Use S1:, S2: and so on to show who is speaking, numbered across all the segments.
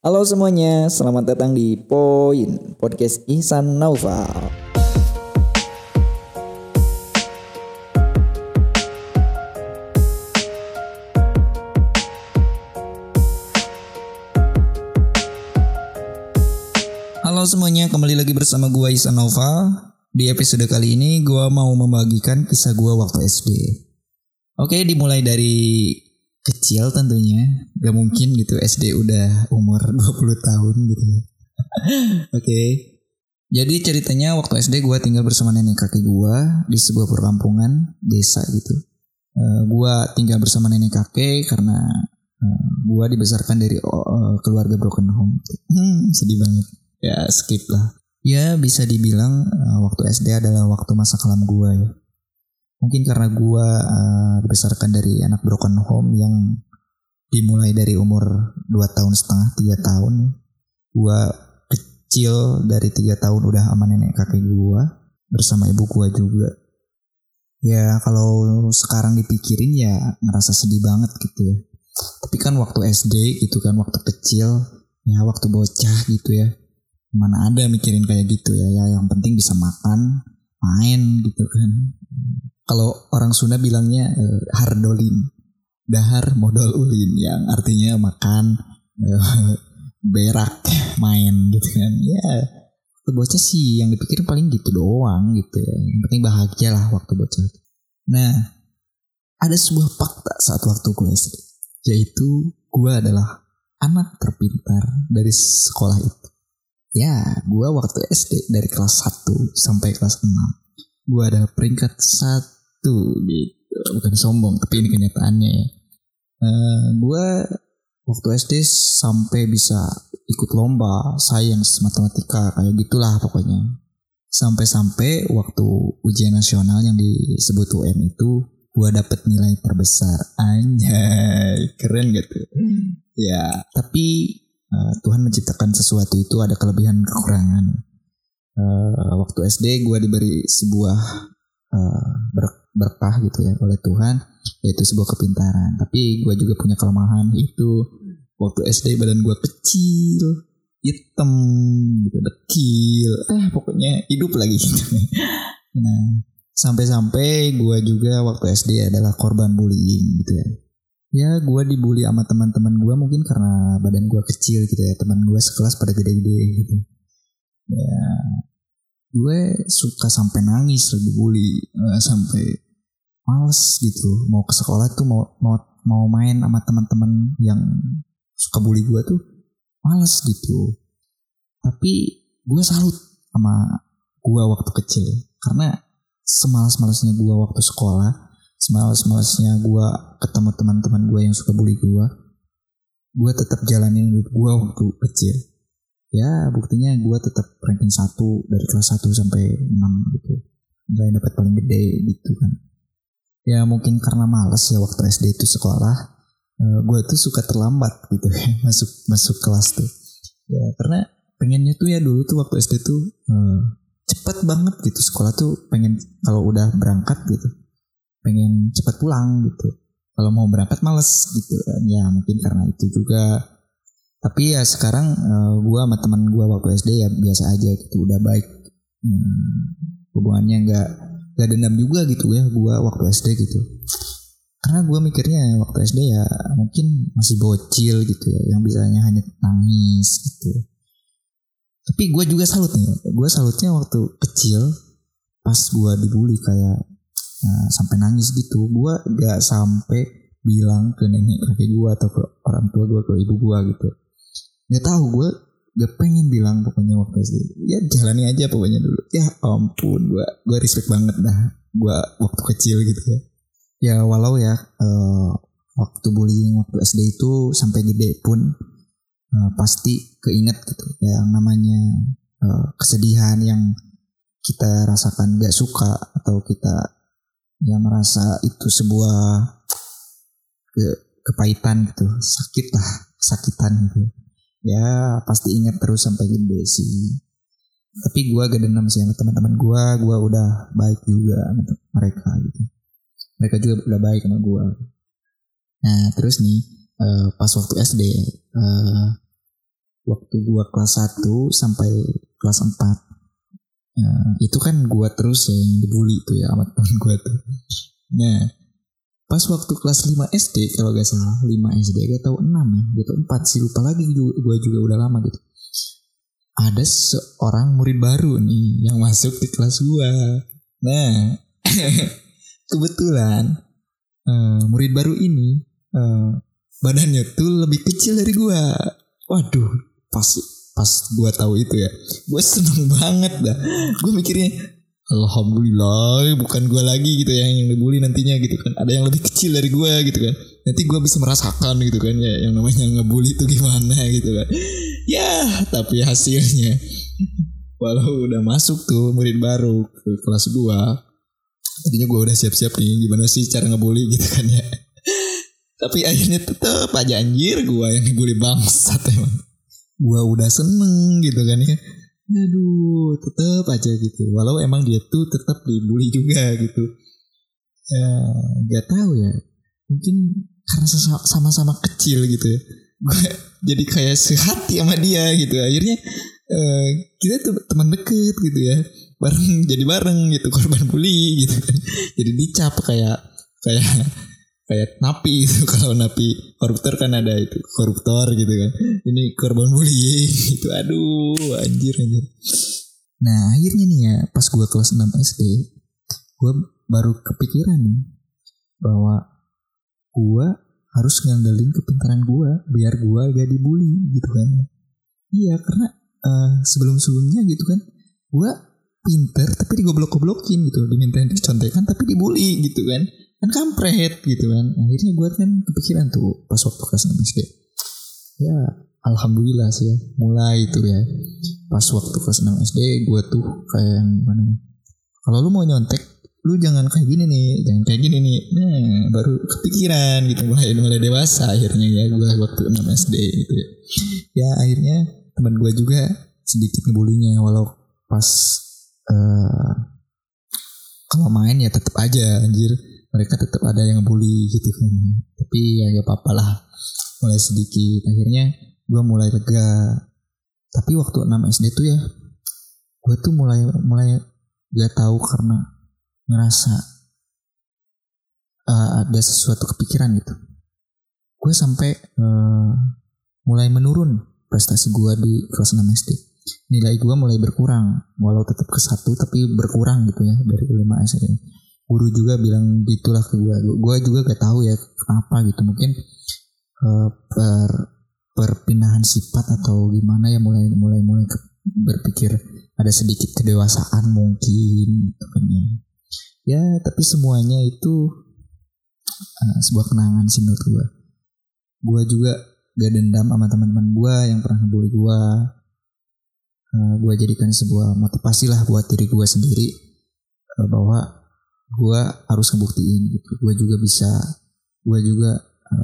S1: Halo semuanya, selamat datang di Poin Podcast Ihsan Naufal. Halo semuanya, kembali lagi bersama gua Ihsan Naufal. Di episode kali ini gua mau membagikan kisah gua waktu SD. Oke, dimulai dari kecil tentunya. Gak mungkin gitu SD udah umur 20 tahun gitu ya. Oke. Jadi ceritanya waktu SD gue tinggal bersama nenek kakek gue di sebuah perkampungan desa gitu. Gue tinggal bersama nenek kakek karena gue dibesarkan dari keluarga broken home. Sedih banget. Ya skip lah. Ya bisa dibilang waktu SD adalah waktu masa kelam gue ya. Mungkin karena gue dibesarkan dari anak broken home yang dimulai dari umur 2,5 tahun, 3 tahun. Gue kecil dari 3 tahun udah sama nenek kakek gue bersama ibu gue juga. Ya kalau sekarang dipikirin ya ngerasa sedih banget gitu ya. Tapi kan waktu SD gitu kan, waktu kecil, ya waktu bocah gitu ya. Mana ada mikirin kayak gitu ya, yang penting bisa makan, main gitu kan. Kalau orang Sunda bilangnya hardolin, dahar modal ulin, yang artinya makan, berak, main gitu kan. Ya, waktu bocah sih yang dipikir paling gitu doang gitu ya. Yang penting bahagia lah waktu bocah. Nah, ada sebuah fakta saat waktu gue SD, yaitu gue adalah anak terpintar dari sekolah itu. Ya, gue waktu SD dari kelas 1 sampai kelas 6. Gue adalah peringkat 1 gitu. Bukan sombong, tapi ini kenyataannya ya. Gue waktu SD sampai bisa ikut lomba sains, matematika, kayak gitulah pokoknya. Sampai-sampai waktu ujian nasional yang disebut UN itu, gue dapet nilai terbesar. Anjay, keren gitu. Ya, tapi Tuhan menciptakan sesuatu itu ada kelebihan kekurangan. Waktu SD gue diberi sebuah berkah gitu ya oleh Tuhan, yaitu sebuah kepintaran. Tapi gue juga punya kelemahan, itu waktu SD badan gue kecil, hitam gitu, dekil, pokoknya hidup lagi gitu. Nah, sampai-sampai gue juga waktu SD adalah korban bullying gitu ya. Ya gue dibully sama teman-teman gue mungkin karena badan gue kecil gitu ya. Teman gue sekelas pada gede-gede gitu. Ya gue suka sampai nangis dibully, sampai males gitu mau ke sekolah tuh, mau main sama teman-teman yang suka bully gue tuh males gitu. Tapi gue salut sama gue waktu kecil karena semalas-malasnya gue waktu sekolah, semalas-malasnya gue ketemu teman-teman gue yang suka bully gue tetap jalanin hidup gue waktu kecil. Ya buktinya gue tetap ranking 1 dari kelas 1 sampai 6 gitu. Gak dapat paling gede gitu kan. Ya mungkin karena malas ya waktu SD itu sekolah. Gue tuh suka terlambat gitu ya masuk kelas tuh. Ya karena pengennya tuh ya dulu tuh waktu SD tuh cepet banget gitu sekolah tuh, pengen kalau udah berangkat gitu pengen cepet pulang gitu. Kalau mau berangkat males gitu kan. Ya mungkin karena itu juga. Tapi ya sekarang gue sama teman gue waktu SD ya biasa aja gitu, udah baik. Hubungannya gak dendam juga gitu ya gue waktu SD gitu. Karena gue mikirnya waktu SD ya mungkin masih bocil gitu ya, yang bisanya hanya nangis gitu. Tapi gue juga salut nih, gue salutnya waktu kecil pas gue dibully kayak sampai nangis gitu, gue gak sampai bilang ke nenek kakek gue atau ke orang tua gue, ke ibu gue gitu. Gak tahu, gue gak pengen bilang pokoknya waktu SD. Ya jalani aja pokoknya dulu. Ya ampun, gue respect banget dah gue waktu kecil gitu ya. Ya walau ya waktu bullying waktu SD itu sampai gede pun pasti keinget gitu ya, yang namanya kesedihan yang kita rasakan gak suka, atau kita ya merasa itu sebuah kepahitan gitu, sakitan gitu. Ya pasti ingat terus sampai gede sih. Tapi gue gak dendam sih sama teman-teman gue udah baik juga sama mereka gitu. Mereka juga udah baik sama gue. Nah terus nih pas waktu SD waktu gue kelas 1 sampai kelas 4. Itu kan gue terus ya yang dibully tuh ya sama temen gue tuh. Nah pas waktu kelas 5 SD kalau gak salah 5 SD gue tau 6 ya, gue tau 4 sih, lupa lagi, gue juga udah lama gitu. Ada seorang murid baru nih yang masuk di kelas gue. Nah kebetulan murid baru ini badannya tuh lebih kecil dari gue. Waduh, pas gue tahu itu ya, gue seneng banget dah. Gue mikirnya, alhamdulillah bukan gue lagi gitu ya yang dibully nantinya gitu kan. Ada yang lebih kecil dari gue gitu kan. Nanti gue bisa merasakan gitu kan ya yang namanya ngebully itu gimana gitu kan. Ya tapi hasilnya walau udah masuk tuh murid baru ke kelas gue, tadinya gue udah siap-siap nih gimana sih cara ngebully gitu kan ya. Tapi akhirnya tetep aja anjir gue yang ngebully, bangsat emang. Gue udah seneng gitu kan ya. Aduh tetep aja gitu. Walau emang dia tuh tetap dibully juga gitu. Ya gak tahu ya. Mungkin karena sama-sama kecil gitu ya. Gue jadi kayak sehati sama dia gitu. Akhirnya kita tuh teman deket gitu ya. Bareng gitu korban bully gitu kan. Jadi dicap kayak napi itu. Kalau napi koruptor kan ada itu koruptor gitu kan, ini korban bullying gitu. Aduh anjir. Nah akhirnya nih ya pas gue kelas 6 SD gue baru kepikiran nih bahwa gue harus ngandelin kepintaran gue biar gue gak dibully gitu kan. Iya karena sebelum-sebelumnya gitu kan gue pinter tapi digoblok-goblokin gitu, dimintain dicontekan tapi dibully gitu kan kampret gitu kan. Akhirnya gue kan kepikiran tuh pas waktu kelas 6 SD. Ya alhamdulillah sih ya, mulai itu ya pas waktu kelas 6 SD gue tuh kayak yang mana, kalau lu mau nyontek lu jangan kayak gini nih, jangan kayak gini nih. Nah baru kepikiran gitu, mulai dewasa akhirnya ya gue waktu 6 SD gitu ya. Ya akhirnya teman gue juga sedikit ngebulinya, walau pas kalau main ya tetap aja anjir mereka tetap ada yang ngebully gitu kan. Tapi ya gak apa-apa lah, mulai sedikit. Akhirnya gue mulai lega. Tapi waktu 6 SD tuh ya gue tuh mulai gak tahu karena ngerasa ada sesuatu kepikiran gitu. Gue sampai mulai menurun prestasi gue di kelas 6 SD. Nilai gue mulai berkurang, walau tetap ke 1 tapi berkurang gitu ya dari 5 SD. Guru juga bilang gitulah ke gue. Gue juga gak tahu ya kenapa gitu. Mungkin perpindahan sifat atau gimana ya, mulai berpikir ada sedikit kedewasaan mungkin gitu kan ya. Ya tapi semuanya itu sebuah kenangan sih menurut gue. Gue juga gak dendam sama teman-teman gue yang pernah ngebully gue. Gue jadikan sebuah motivasi lah buat diri gue sendiri bahwa gue harus ngebuktiin gitu. Gue juga bisa. Gue juga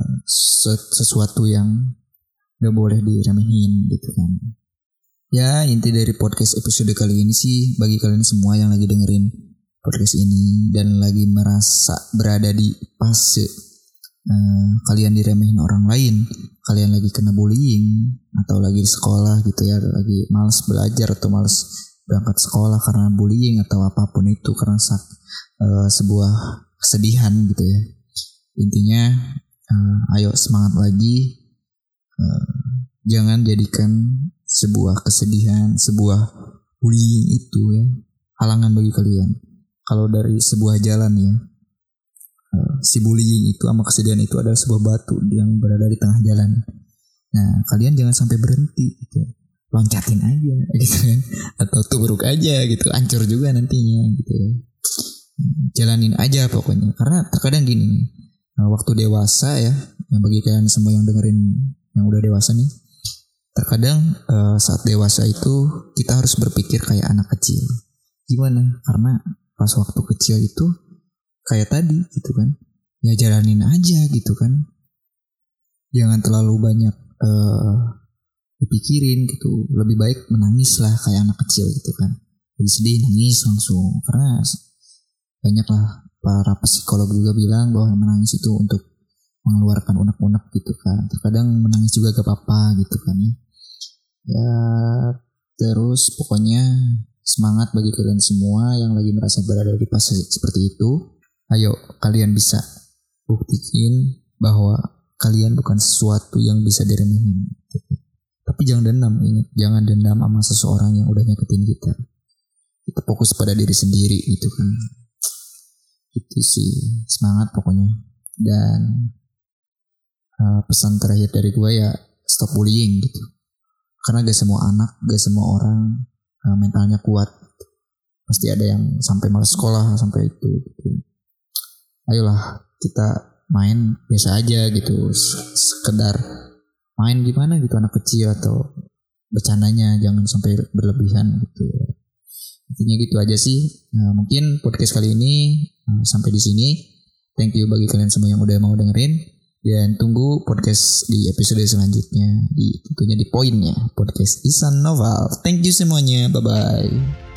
S1: sesuatu yang gak boleh diremehin gitu kan. Ya inti dari podcast episode kali ini sih, bagi kalian semua yang lagi dengerin podcast ini dan lagi merasa berada di fase kalian diremehin orang lain, kalian lagi kena bullying atau lagi di sekolah gitu ya, lagi malas belajar atau malas berangkat sekolah karena bullying atau apapun itu, karena sebuah kesedihan gitu ya. Intinya ayo semangat lagi. Jangan jadikan sebuah kesedihan, sebuah bullying itu ya halangan bagi kalian. Kalau dari sebuah jalan ya, si bullying itu sama kesedihan itu adalah sebuah batu yang berada di tengah jalan. Nah kalian jangan sampai berhenti gitu, loncatin aja gitu kan, atau tubruk aja gitu, hancur juga nantinya gitu ya. Jalanin aja pokoknya. Karena terkadang gini, waktu dewasa ya, bagi kalian semua yang dengerin yang udah dewasa nih, terkadang saat dewasa itu kita harus berpikir kayak anak kecil. Gimana? Karena pas waktu kecil itu kayak tadi gitu kan, ya jalanin aja gitu kan, jangan terlalu banyak dipikirin gitu. Lebih baik menangis lah kayak anak kecil gitu kan, jadi sedih nangis langsung. Karena banyaklah para psikolog juga bilang bahwa menangis itu untuk mengeluarkan unek-unek gitu kan. Terkadang menangis juga gak apa-apa gitu kan ya. Terus pokoknya semangat bagi kalian semua yang lagi merasa berada di fase seperti itu. Ayo kalian bisa buktiin bahwa kalian bukan sesuatu yang bisa diremehin. Tapi jangan dendam, ingat, jangan dendam sama seseorang yang udah nyakitin kita. Kita fokus pada diri sendiri gitu kan. Itu sih, semangat pokoknya. Dan pesan terakhir dari gue ya, stop bullying gitu. Karena gak semua anak, gak semua orang mentalnya kuat. Pasti ada yang sampai malas sekolah, sampai itu gitu. Ayolah kita main biasa aja gitu, sekedar main gimana gitu anak kecil, atau bercandanya jangan sampai berlebihan gitu. Intinya gitu aja sih. Mungkin podcast kali ini sampai di sini. Thank you bagi kalian semua yang udah mau dengerin, dan tunggu podcast di episode selanjutnya, tentunya di poinnya podcast Isan Noval. Thank you semuanya, bye bye.